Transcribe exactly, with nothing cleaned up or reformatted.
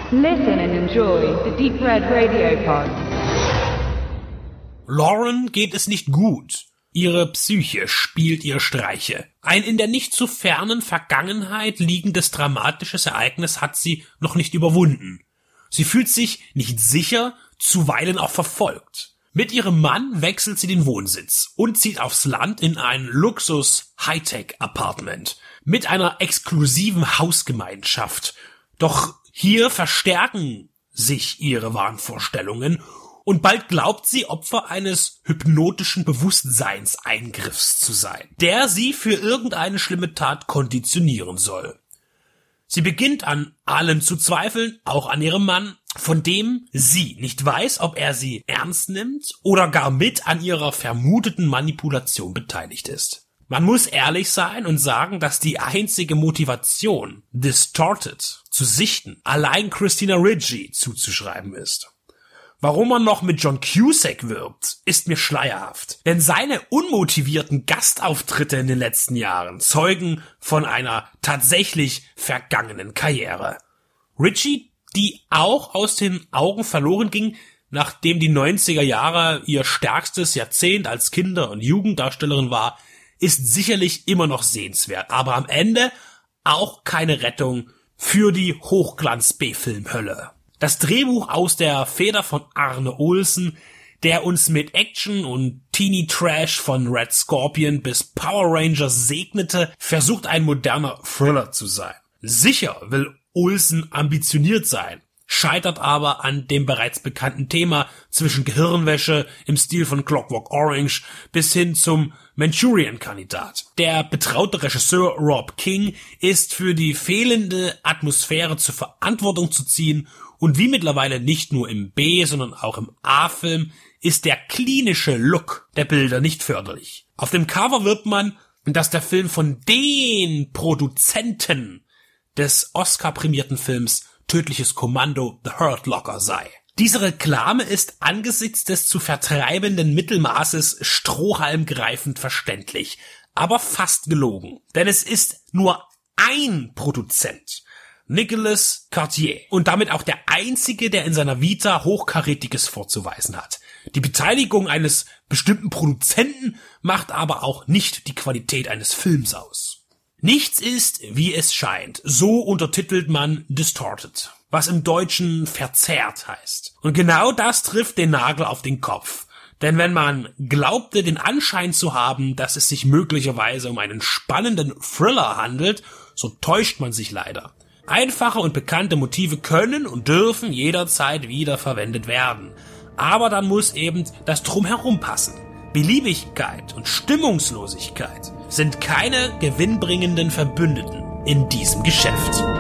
Listen and enjoy the Deep Red Radio Pod. Lauren geht es nicht gut. Ihre Psyche spielt ihr Streiche. Ein in der nicht zu fernen Vergangenheit liegendes dramatisches Ereignis hat sie noch nicht überwunden. Sie fühlt sich nicht sicher, zuweilen auch verfolgt. Mit ihrem Mann wechselt sie den Wohnsitz und zieht aufs Land in ein Luxus-Hightech-Apartment mit einer exklusiven Hausgemeinschaft. Doch hier verstärken sich ihre Wahnvorstellungen und bald glaubt sie, Opfer eines hypnotischen Bewusstseinseingriffs zu sein, der sie für irgendeine schlimme Tat konditionieren soll. Sie beginnt an allem zu zweifeln, auch an ihrem Mann, von dem sie nicht weiß, ob er sie ernst nimmt oder gar mit an ihrer vermuteten Manipulation beteiligt ist. Man muss ehrlich sein und sagen, dass die einzige Motivation, Distorted zu sichten, allein Christina Ricci zuzuschreiben ist. Warum man noch mit John Cusack wirbt, ist mir schleierhaft. Denn seine unmotivierten Gastauftritte in den letzten Jahren zeugen von einer tatsächlich vergangenen Karriere. Ricci, die auch aus den Augen verloren ging, nachdem die neunziger Jahre ihr stärkstes Jahrzehnt als Kinder- und Jugenddarstellerin war, ist sicherlich immer noch sehenswert, aber am Ende auch keine Rettung für die Hochglanz-B-Film-Hölle. Das Drehbuch aus der Feder von Arne Olsen, der uns mit Action und Teenie Trash von Red Scorpion bis Power Rangers segnete, versucht ein moderner Thriller zu sein. Sicher will Olsen ambitioniert sein, scheitert aber an dem bereits bekannten Thema zwischen Gehirnwäsche im Stil von Clockwork Orange bis hin zum Manchurian-Kandidat. Der betraute Regisseur Rob King ist für die fehlende Atmosphäre zur Verantwortung zu ziehen und wie mittlerweile nicht nur im B, sondern auch im A-Film ist der klinische Look der Bilder nicht förderlich. Auf dem Cover wirbt man, dass der Film von den Produzenten des Oscar-prämierten Films Tödliches Kommando The Hurt Locker sei. Diese Reklame ist angesichts des zu vertreibenden Mittelmaßes strohhalmgreifend verständlich, aber fast gelogen. Denn es ist nur ein Produzent, Nicolas Cartier, und damit auch der einzige, der in seiner Vita Hochkarätiges vorzuweisen hat. Die Beteiligung eines bestimmten Produzenten macht aber auch nicht die Qualität eines Films aus. Nichts ist, wie es scheint. So untertitelt man Distorted, was im Deutschen verzerrt heißt. Und genau das trifft den Nagel auf den Kopf. Denn wenn man glaubte, den Anschein zu haben, dass es sich möglicherweise um einen spannenden Thriller handelt, so täuscht man sich leider. Einfache und bekannte Motive können und dürfen jederzeit wieder verwendet werden. Aber dann muss eben das Drumherum passen. Beliebigkeit und Stimmungslosigkeit sind keine gewinnbringenden Verbündeten in diesem Geschäft.